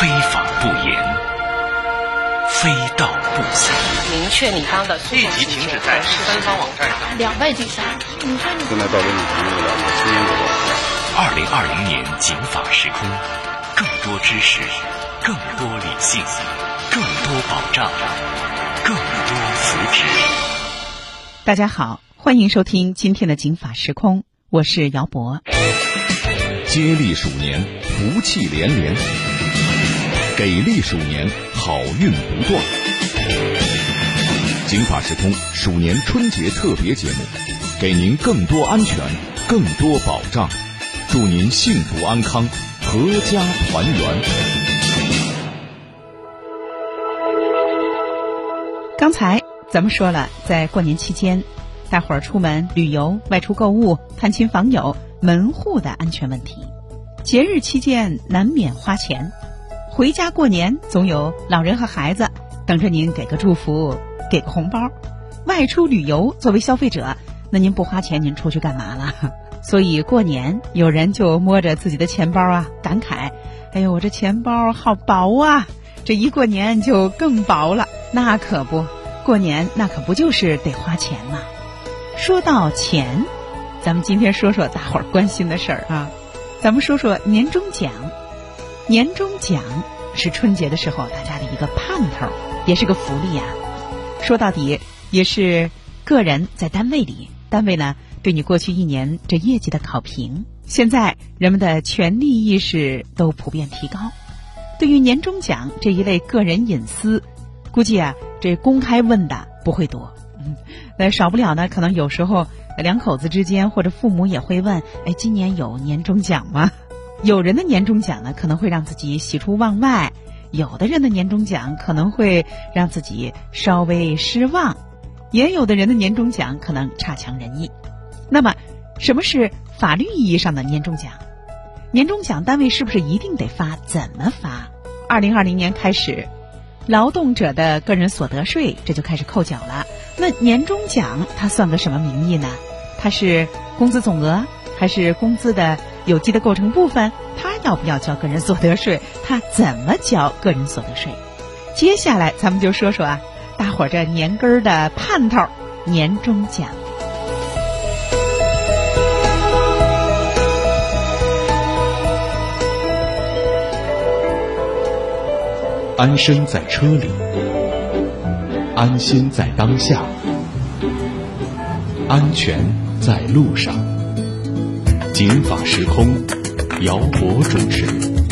非法不严，非道不散。 明确你方的立即停止在第三方网站上 2倍拒杀。你说你现在到底你朋友了解新闻的 2020年警法时空，更多知识，更多理性，更多保障，更多福祉。 大家好，欢迎收听今天的警法时空，我是姚博。 接力鼠年，福气连连；给力鼠年，好运不断。警法时空鼠年春节特别节目，给您更多安全，更多保障，祝您幸福安康，阖家团圆。 刚才咱们说了，在过年期间，大伙儿出门旅游、外出购物、探亲访友、门户的安全问题。节日期间难免花钱，回家过年总有老人和孩子等着您给个祝福，给个红包。外出旅游作为消费者，那您不花钱您出去干嘛了？所以过年有人就摸着自己的钱包啊，感慨，哎呦，我这钱包好薄啊，这一过年就更薄了。那可不，过年那可不就是得花钱吗？说到钱，咱们今天说说大伙儿关心的事儿啊。咱们说说年终奖。年终奖是春节的时候大家的一个盼头，也是个福利啊。说到底也是个人在单位里，单位呢对你过去一年这业绩的考评。现在人们的权利意识都普遍提高，对于年终奖这一类个人隐私，估计啊这公开问的不会多。少不了呢，可能有时候两口子之间或者父母也会问，哎，今年有年终奖吗？有人的年终奖呢可能会让自己喜出望外，有的人的年终奖可能会让自己稍微失望，也有的人的年终奖可能差强人意。那么什么是法律意义上的年终奖？年终奖单位是不是一定得发？怎么发？2020年开始，劳动者的个人所得税这就开始扣缴了。那年终奖它算个什么名义呢？它是工资总额，还是工资的有机的构成部分？它要不要交个人所得税？它怎么交个人所得税？接下来咱们就说说啊，大伙儿这年根儿的盼头——年终奖。 安身在车里，安心在当下，安全在路上。警法时空，姚博主持。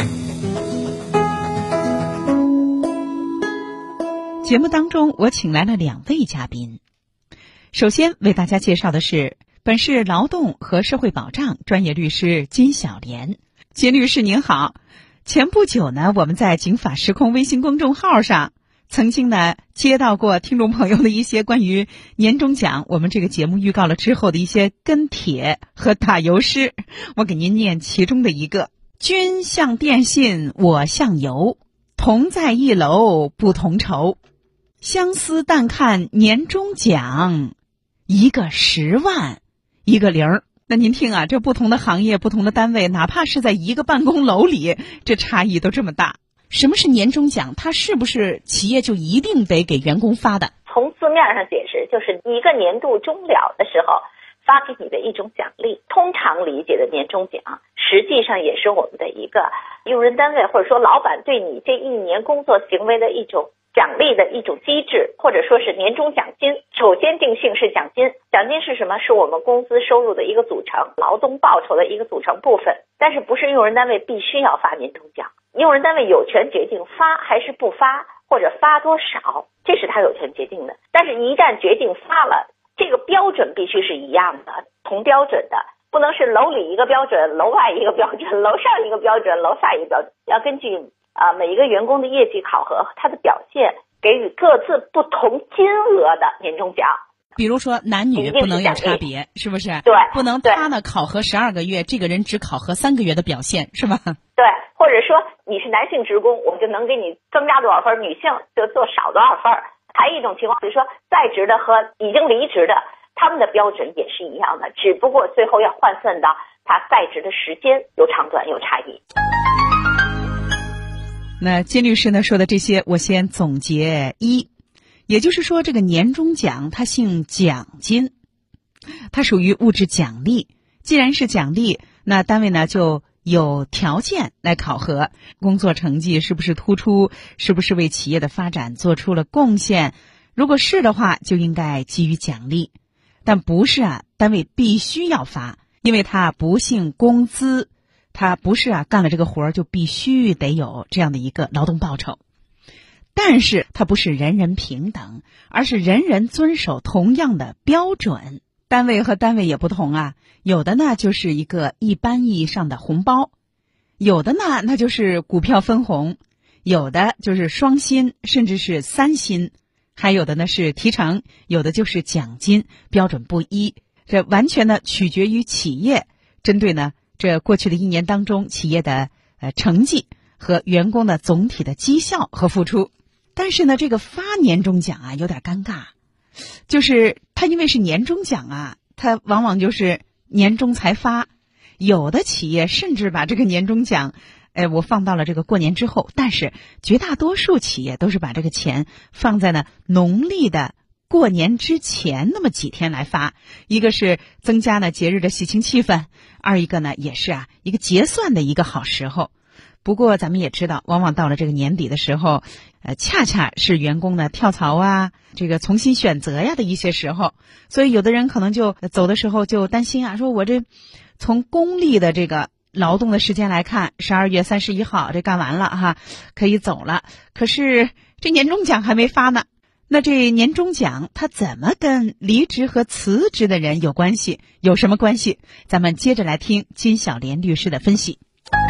节目当中我请来了2位嘉宾。首先为大家介绍的是本市劳动和社会保障专业律师金小莲。金律师您好。前不久呢，我们在警法时空微信公众号上曾经呢接到过听众朋友的一些关于年终奖我们这个节目预告了之后的一些跟帖和打油诗，我给您念其中的一个：君向电信我向邮，同在一楼不同酬，相思但看年终奖，一个10万一个0。那您听啊，这不同的行业不同的单位，哪怕是在一个办公楼里，这差异都这么大。什么是年终奖？它是不是企业就一定得给员工发的？ 从字面上解释，就是一个年度终了的时候发给你的一种奖励。通常理解的年终奖实际上也是我们的一个用人单位或者说老板对你这一年工作行为的一种奖励的一种机制，或者说是年终奖金。首先定性是奖金，奖金是什么？是我们工资收入的一个组成，劳动报酬的一个组成部分。但是不是用人单位必须要发年终奖，用人单位有权决定发还是不发，或者发多少，这是他有权决定的。但是一旦决定发了，这个标准必须是一样的，同标准的，不能是楼里一个标准，楼外一个标准，楼上一个标准，楼下一个标准，要根据每一个员工的业绩考核，他的表现，给予各自不同金额的年终奖。 比如说男女不能有差别，是不是？ 对， 不能他呢考核12个月，这个人只考核3个月的表现，是吧？ 对，或者说你是男性职工，我就能给你增加多少分，女性就做少多少分。还有一种情况就是说，在职的和已经离职的，他们的标准也是一样的，只不过最后要换算到他在职的时间有长短有差异。 那金律师呢说的这些，我先总结一，也就是说，这个年终奖它姓奖金，它属于物质奖励。既然是奖励，那单位呢就有条件来考核工作成绩是不是突出，是不是为企业的发展做出了贡献。如果是的话，就应该给予奖励。但不是单位必须要发，因为它不姓工资，它不是干了这个活就必须得有这样的一个劳动报酬。但是它不是人人平等，而是人人遵守同样的标准。单位和单位也不同有的呢就是一个一般意义上的红包，有的呢那就是股票分红，有的就是双薪甚至是三薪，还有的呢是提成，有的就是奖金，标准不一。这完全呢取决于企业针对呢这过去的一年当中企业的成绩和员工的总体的绩效和付出。但是呢这个发年终奖有点尴尬，就是它因为是年终奖它往往就是年终才发，有的企业甚至把这个年终奖我放到了这个过年之后，但是绝大多数企业都是把这个钱放在呢农历的过年之前那么几天来发。一个是增加呢节日的喜庆气氛，二一个呢也是一个结算的一个好时候。不过咱们也知道，往往到了这个年底的时候，恰恰是员工呢跳槽这个重新选择的一些时候，所以有的人可能就走的时候就担心说我这从公历的这个劳动的时间来看，12月31号这干完了可以走了，可是这年终奖还没发呢。那这年终奖它怎么跟离职和辞职的人有关系？有什么关系？咱们接着来听金小莲律师的分析。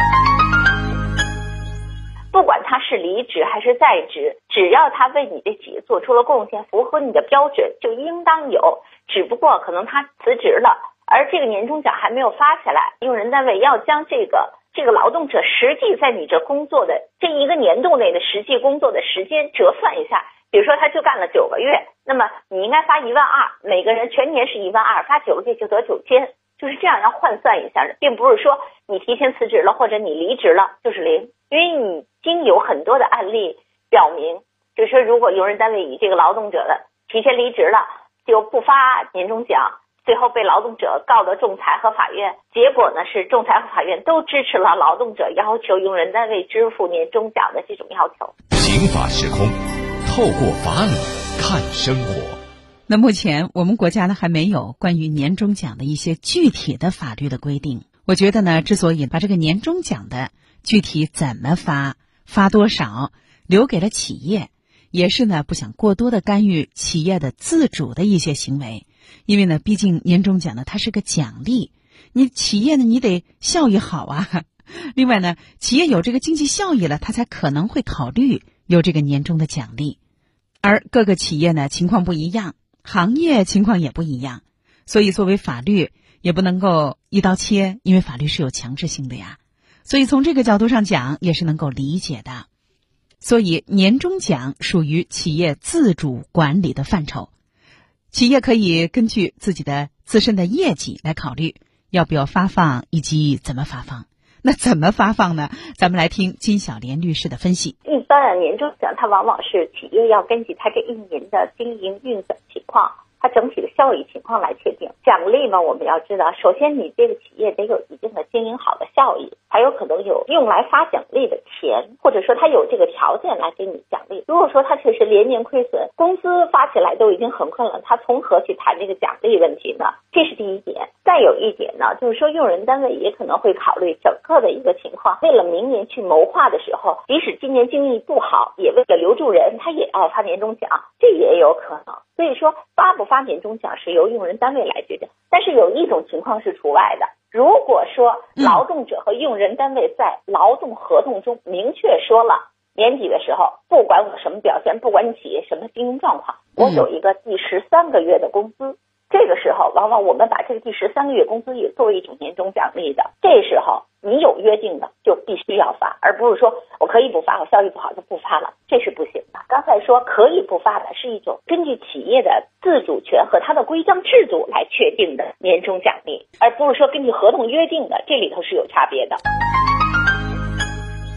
不管他是离职还是在职，只要他为你的企业做出了贡献，符合你的标准，就应当有。只不过可能他辞职了，而这个年终奖还没有发下来，用人单位要将这个劳动者实际在你这工作的这一个年度内的实际工作的时间折算一下。比如说他就干了9个月，那么你应该发12000，每个人全年是12000，发9个月就得9000，就是这样要换算一下，并不是说你提前辞职了或者你离职了就是0。因为已经有很多的案例表明，就是说如果用人单位以这个劳动者的提前离职了就不发年终奖，最后被劳动者告到仲裁和法院，结果呢是仲裁和法院都支持了劳动者要求用人单位支付年终奖的这种要求。 刑法时空，透过法理看生活。 那目前我们国家呢还没有关于年终奖的一些具体的法律的规定。我觉得呢，之所以把这个年终奖的具体怎么发，发多少留给了企业，也是呢不想过多的干预企业的自主的一些行为。因为呢毕竟年终奖呢它是个奖励，你企业呢你得效益好另外呢企业有这个经济效益了，它才可能会考虑有这个年终的奖励。而各个企业呢情况不一样，行业情况也不一样，所以作为法律也不能够一刀切，因为法律是有强制性的所以从这个角度上讲也是能够理解的。所以年终奖属于企业自主管理的范畴，企业可以根据自己的自身的业绩来考虑要不要发放以及怎么发放。那怎么发放呢？咱们来听金小莲律师的分析。 一般年终奖它往往是企业要根据它这一年的经营运转情况，它整体的效益情况来确定。奖励嘛，我们要知道，首先你这个企业得有一定的经营好的效益，还有可能有用来发奖励的钱，或者说它有这个条件来给你奖励。如果说它确实连年亏损，公司发起来都已经很困了，它从何去谈这个奖励问题呢？这是第一点。再有一点呢，就是说用人单位也可能会考虑整个的一个情况，为了明年去谋划的时候，即使今年经济不好，也为了留住人，他也要发年终奖，这也有可能。所以说发不发年终奖是由用人单位来决定，但是有一种情况是除外的。如果说劳动者和用人单位在劳动合同中明确说了，年底的时候不管我什么表现，不管你企业什么经营状况，我有一个第13个月的工资，这个时候往往我们把这个第13个月工资也作为一种年终奖励的，这时候你有约定的就必须要发，而不是说我可以不发，我效益不好就不发了，这是不行的。刚才说可以不发的是一种根据企业的自主权和它的规章制度来确定的年终奖励，而不是说根据合同约定的，这里头是有差别的。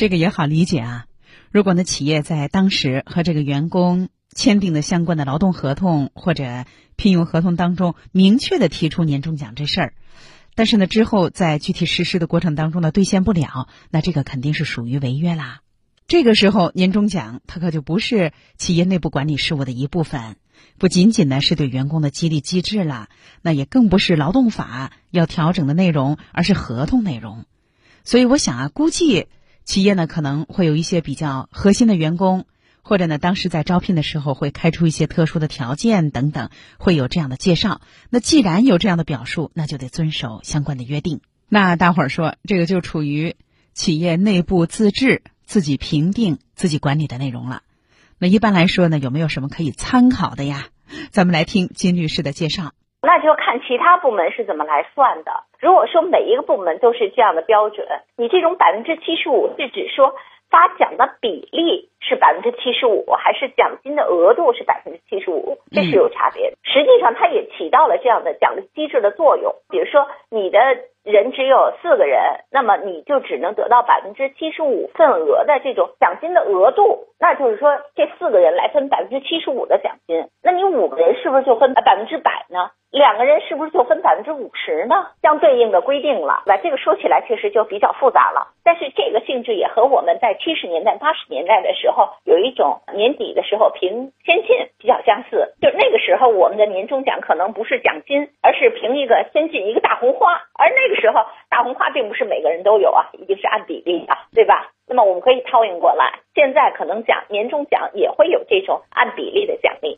这个也好理解啊。如果呢企业在当时和这个员工签订的相关的劳动合同或者聘用合同当中明确的提出年终奖这事儿，但是呢之后在具体实施的过程当中呢兑现不了，那这个肯定是属于违约啦。这个时候年终奖它可就不是企业内部管理事务的一部分，不仅仅呢是对员工的激励机制啦，那也更不是劳动法要调整的内容，而是合同内容。所以我想啊，估计企业呢可能会有一些比较核心的员工，或者呢当时在招聘的时候会开出一些特殊的条件等等，会有这样的介绍。那既然有这样的表述，那就得遵守相关的约定。那大伙儿说这个就处于企业内部自治，自己评定自己管理的内容了。那一般来说呢，有没有什么可以参考的呀？咱们来听金律师的介绍。 那就看其他部门是怎么来算的。如果说每一个部门都是这样的标准，你这种75%是指说发奖的比例是75%，还是奖金的额度是75%，这是有差别的。实际上它也起到了这样的奖励机制的作用。比如说你的人只有4个人，那么你就只能得到75%份额的这种奖金的额度，那就是说这4个人来分75%的奖金，那你5个人是不是就分100%呢？2个人是不是就分50%呢？相对应的规定了，这个说起来确实就比较复杂了。但是这个性质也和我们在70年代、80年代的时候有一种年底的时候评先进比较相似。就那个时候我们的年终奖可能不是奖金，而是评一个先进一个大红花，而那个时候大红花并不是每个人都有啊，一定是按比例的，对吧？那么我们可以套用过来，现在可能年终奖也会有这种按比例的奖励。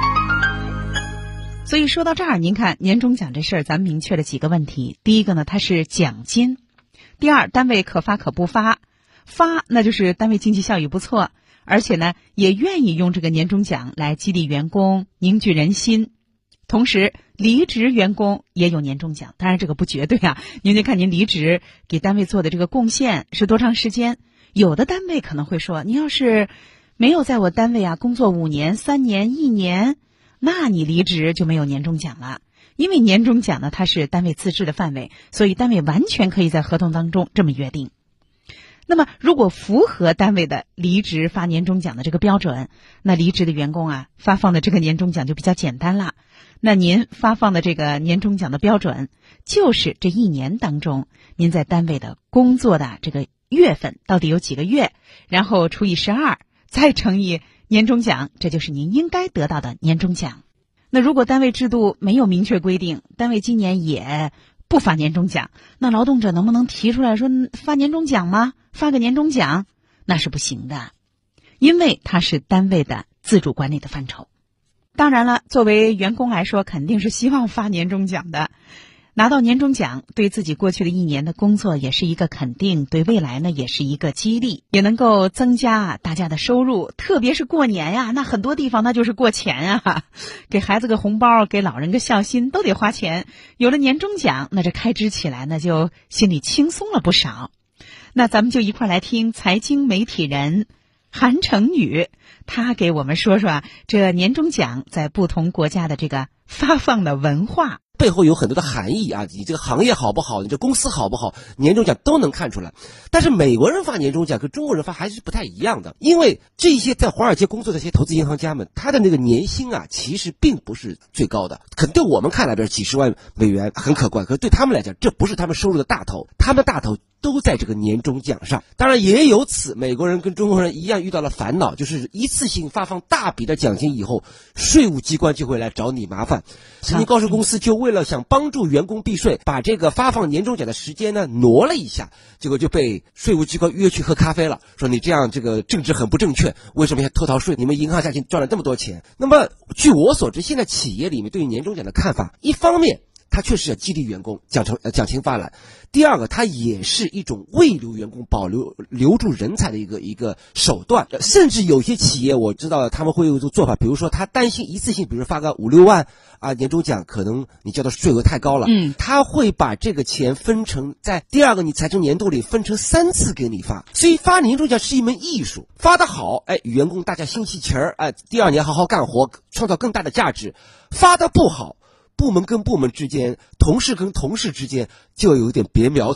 所以说到这儿，您看年终奖这事儿，咱们明确了几个问题。第一个呢，它是奖金；第二，单位可发可不发，发那就是单位经济效益不错，而且呢也愿意用这个年终奖来激励员工，凝聚人心。同时离职员工也有年终奖，当然这个不绝对啊，您得看您离职给单位做的这个贡献是多长时间。有的单位可能会说，你要是没有在我单位工作5年、3年、1年，那你离职就没有年终奖了。因为年终奖呢，它是单位自治的范围，所以单位完全可以在合同当中这么约定。那么如果符合单位的离职发年终奖的这个标准，那离职的员工发放的这个年终奖就比较简单了。那您发放的这个年终奖的标准就是这1年当中您在单位的工作的这个月份到底有几个月，然后除以12，再乘以年终奖，这就是您应该得到的年终奖。那如果单位制度没有明确规定，单位今年也不发年终奖，那劳动者能不能提出来说发年终奖吗？发个年终奖那是不行的，因为它是单位的自主管理的范畴。当然了，作为员工来说肯定是希望发年终奖的，拿到年终奖对自己过去的1年的工作也是一个肯定，对未来呢也是一个激励，也能够增加大家的收入。特别是过年呀，那很多地方那就是过钱啊，给孩子个红包，给老人个孝心，都得花钱。有了年终奖，那这开支起来那就心里轻松了不少。那咱们就一块来听财经媒体人韩成宇，他给我们说说这年终奖在不同国家的这个发放的文化背后有很多的含义你这个行业好不好，你这公司好不好，年终奖都能看出来。但是美国人发年终奖跟中国人发还是不太一样的，因为这些在华尔街工作的这些投资银行家们，他的那个年薪其实并不是最高的，可能对我们看来比如几十万美元很可观，可是对他们来讲这不是他们收入的大头，他们的大头都在这个年终奖上。当然也由此美国人跟中国人一样遇到了烦恼，就是一次性发放大笔的奖金以后，税务机关就会来找你麻烦。曾经高盛公司就为了想帮助员工避税，把这个发放年终奖的时间呢挪了一下，结果就被税务机关约去喝咖啡了，说你这样这个政治很不正确，为什么要偷逃税，你们银行家赚了这么多钱。那么据我所知，现在企业里面对于年终奖的看法，一方面它确实要激励员工，奖金发来。第二个，它也是一种慰留员工、留住人才的一个手段。甚至有些企业我知道他们会有一种做法，比如说他担心一次性，比如发个5-6万年终奖，可能你交的税额太高了，他会把这个钱分成在第二个你财政年度里分成3次给你发。所以发年终奖是一门艺术，发得好，员工大家心气儿，第2年好好干活，创造更大的价值。发得不好，部门跟部门之间，同事跟同事之间就有一点别苗头，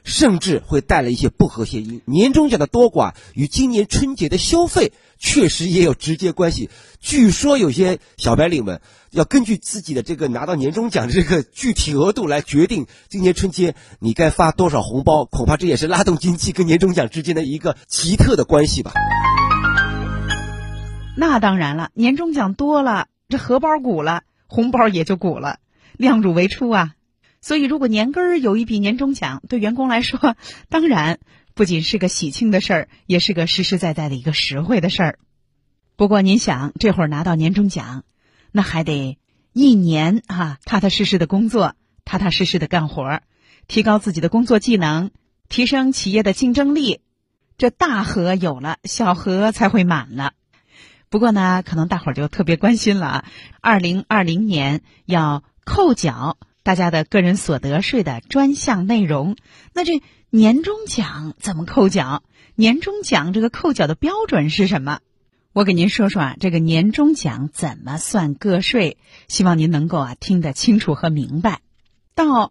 甚至会带来一些不和谐因。年终奖的多寡与今年春节的消费确实也有直接关系。据说有些小白领们要根据自己的这个拿到年终奖的这个具体额度来决定今年春节你该发多少红包，恐怕这也是拉动经济跟年终奖之间的一个奇特的关系吧。 那当然了，年终奖多了，这荷包鼓了，红包也就鼓了，量入为出啊。所以如果年根儿有一笔年终奖，对员工来说，当然不仅是个喜庆的事儿，也是个实实在在的一个实惠的事儿。不过您想，这会儿拿到年终奖，那还得一年踏踏实实的工作，踏踏实实的干活，提高自己的工作技能，提升企业的竞争力。这大河有了，小河才会满了。不过呢，可能大伙儿就特别关心了啊，2020年要扣缴大家的个人所得税的专项内容。那这年终奖怎么扣缴？年终奖这个扣缴的标准是什么？我给您说说啊，这个年终奖怎么算个税，希望您能够听得清楚和明白。到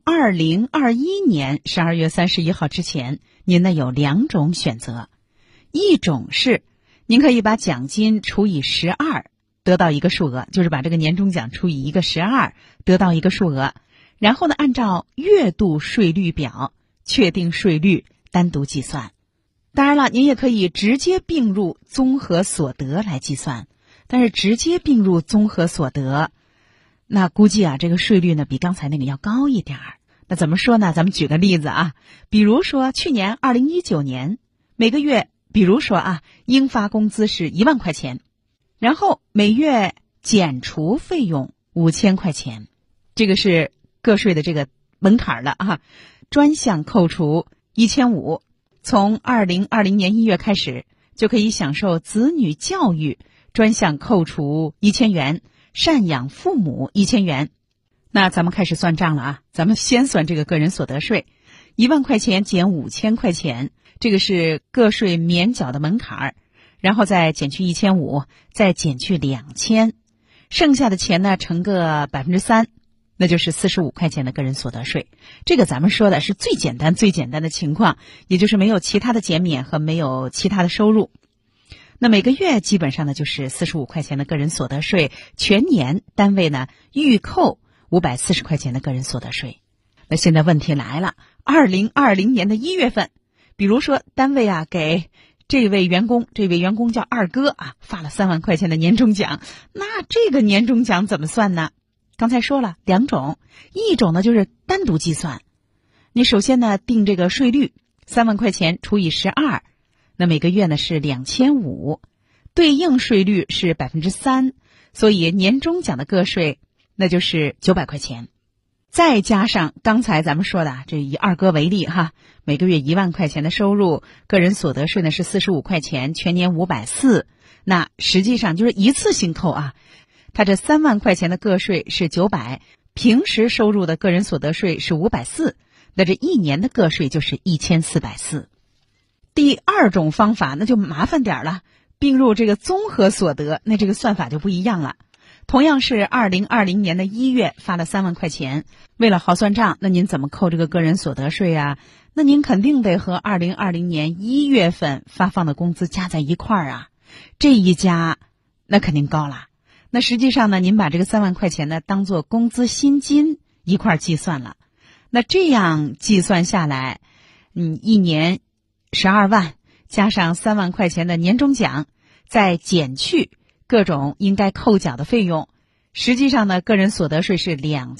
2021年12月31号之前，您呢有2种选择。一种是您可以把奖金除以12，得到一个数额，就是把这个年终奖除以一个12，得到一个数额，然后呢按照月度税率表确定税率，单独计算。当然了，您也可以直接并入综合所得来计算，但是直接并入综合所得，那估计这个税率呢比刚才那个要高一点儿。那怎么说呢？咱们举个例子啊，比如说去年2019年每个月，比如说应发工资是1万块钱，然后每月减除费用5000块钱，这个是个税的这个门槛了专项扣除1500，从2020年1月开始就可以享受子女教育专项扣除1000元，赡养父母1000元。那咱们开始算账了咱们先算这个个人所得税，1万块钱减5000块钱，这个是个税免缴的门槛，然后再减去1500，再减去2000，剩下的钱呢乘个3%，那就是45块钱的个人所得税。这个咱们说的是最简单的情况，也就是没有其他的减免和没有其他的收入。那每个月基本上呢就是45块钱的个人所得税，全年单位呢预扣540块钱的个人所得税。那现在问题来了，2020年的1月份，比如说单位给这位员工叫二哥发了3万块钱的年终奖，那这个年终奖怎么算呢？刚才说了2种，一种呢就是单独计算。你首先呢定这个税率，3万块钱除以12，那每个月呢是2500，对应税率是3%，所以年终奖的个税那就是900块钱。再加上刚才咱们说的这以二哥为例每个月1万块钱的收入，个人所得税呢是45块钱，全年540，那实际上就是一次性扣他这3万块钱的个税是900，平时收入的个人所得税是540，那这一年的个税就是1440。第二种方法那就麻烦点了，并入这个综合所得，那这个算法就不一样了。同样是2020年的1月发了3万块钱，为了好算账，那您怎么扣这个个人所得税那您肯定得和2020年1月份发放的工资加在一块儿这一加那肯定高了。那实际上呢，您把这个3万块钱呢当做工资薪金一块计算了，那这样计算下来，一年12万加上3万块钱的年终奖，再减去各种应该扣缴的费用，实际上呢个人所得税是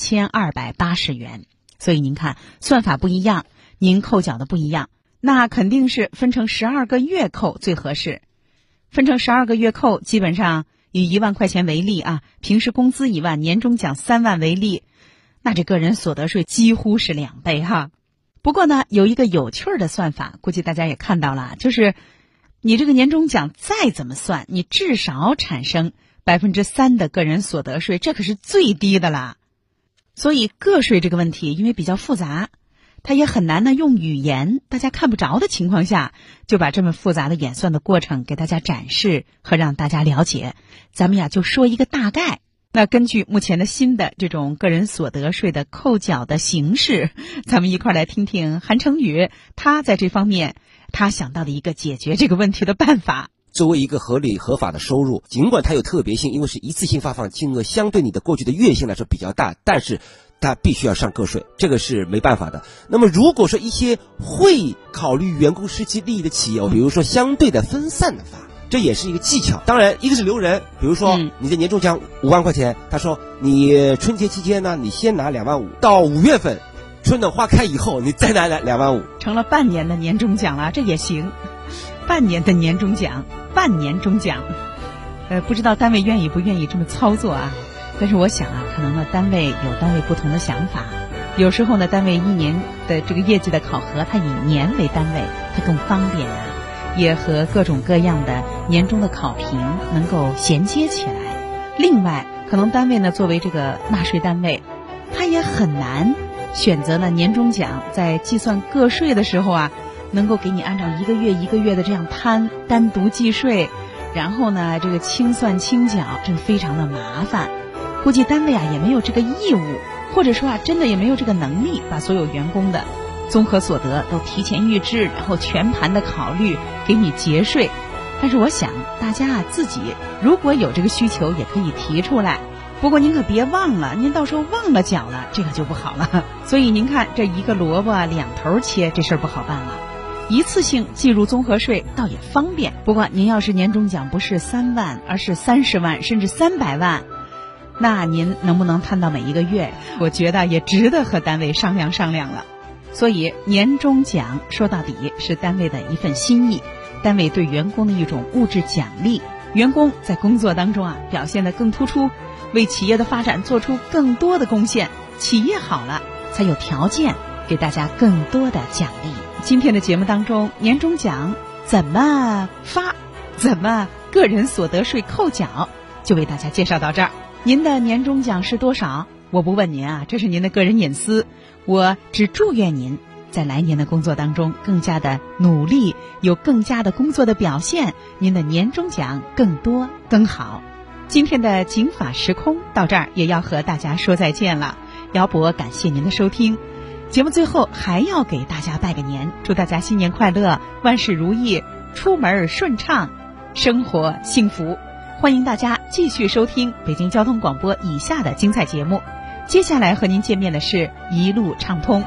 2280元。所以您看算法不一样，您扣缴的不一样，那肯定是分成12个月扣最合适。分成12个月扣，基本上以1万块钱为例平时工资1万，年终奖3万为例，那这个人所得税几乎是2倍不过呢有一个有趣的算法，估计大家也看到了，就是你这个年终奖再怎么算，你至少产生3%的个人所得税，这可是最低的啦。所以个税这个问题因为比较复杂，它也很难呢用语言大家看不着的情况下，就把这么复杂的演算的过程给大家展示和让大家了解。咱们就说一个大概， 那根据目前的新的这种个人所得税的扣缴的形式，咱们一块来听听韩成宇他在这方面他想到的一个解决这个问题的办法。 作为一个合理合法的收入，尽管它有特别性，因为是一次性发放，金额相对你的过去的月薪来说比较大，但是它必须要上个税，这个是没办法的。那么如果说一些会考虑员工实际利益的企业，比如说相对的分散的发，这也是一个技巧。当然一个是留人，比如说你的年终奖5万块钱，他说你春节期间呢，你先拿2万5，到5月份春暖花开以后你再拿2万5， 成了半年的年终奖了，这也行。半年的年终奖，半年终奖，不知道单位愿意不愿意这么操作啊？但是我想啊，可能呢单位有单位不同的想法，有时候呢单位1年的这个业绩的考核，它以年为单位，它更方便啊，也和各种各样的年终的考评能够衔接起来。另外，可能单位呢作为这个纳税单位，它也很难选择了年终奖，在计算个税的时候啊，能够给你按照一个月一个月的这样摊，单独计税，然后呢这个清算清缴，这个非常的麻烦。估计单位啊也没有这个义务，或者说啊真的也没有这个能力，把所有员工的综合所得都提前预支，然后全盘的考虑给你节税。但是我想大家啊自己如果有这个需求也可以提出来，不过您可别忘了，您到时候忘了缴了，这个就不好了。所以您看这一个萝卜两头切，这事儿不好办了。一次性计入综合税倒也方便，不过您要是年终奖不是3万，而是30万甚至300万，那您能不能摊到每一个月？我觉得也值得和单位商量商量了。所以年终奖说到底是单位的一份心意，单位对员工的一种物质奖励。员工在工作当中啊表现得更突出，为企业的发展做出更多的贡献，企业好了才有条件给大家更多的奖励。今天的节目当中，年终奖怎么发，怎么个人所得税扣缴，就为大家介绍到这儿。您的年终奖是多少？我不问您啊，这是您的个人隐私。我只祝愿您在来年的工作当中更加的努力，有更加的工作的表现，您的年终奖更多更好。今天的警法时空到这儿也要和大家说再见了。姚博感谢您的收听。节目最后还要给大家拜个年，祝大家新年快乐，万事如意，出门顺畅，生活幸福。欢迎大家继续收听北京交通广播以下的精彩节目。接下来和您见面的是一路畅通。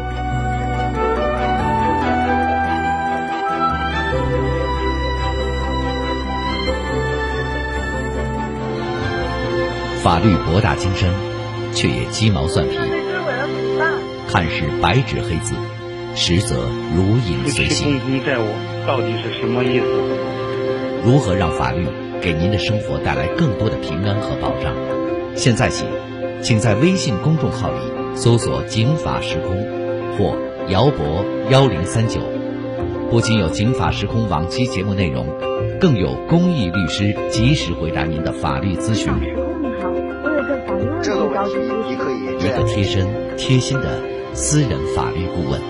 法律博大精深，却也鸡毛蒜皮，看似白纸黑字，实则如影随形。 公债务到底是什么意思？ 如何让法律给您的生活带来更多的平安和保障？现在起，请在微信公众号里搜索警法时空或姚博1039，不仅有警法时空往期节目内容，更有公益律师及时回答您的法律咨询。 这个问题你可以一个贴身贴心的私人法律顾问。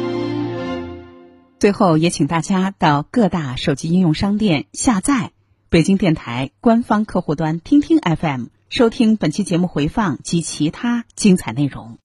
最后也请大家到各大手机应用商店下载北京电台官方客户端听听 FM， 收听本期节目回放及其他精彩内容。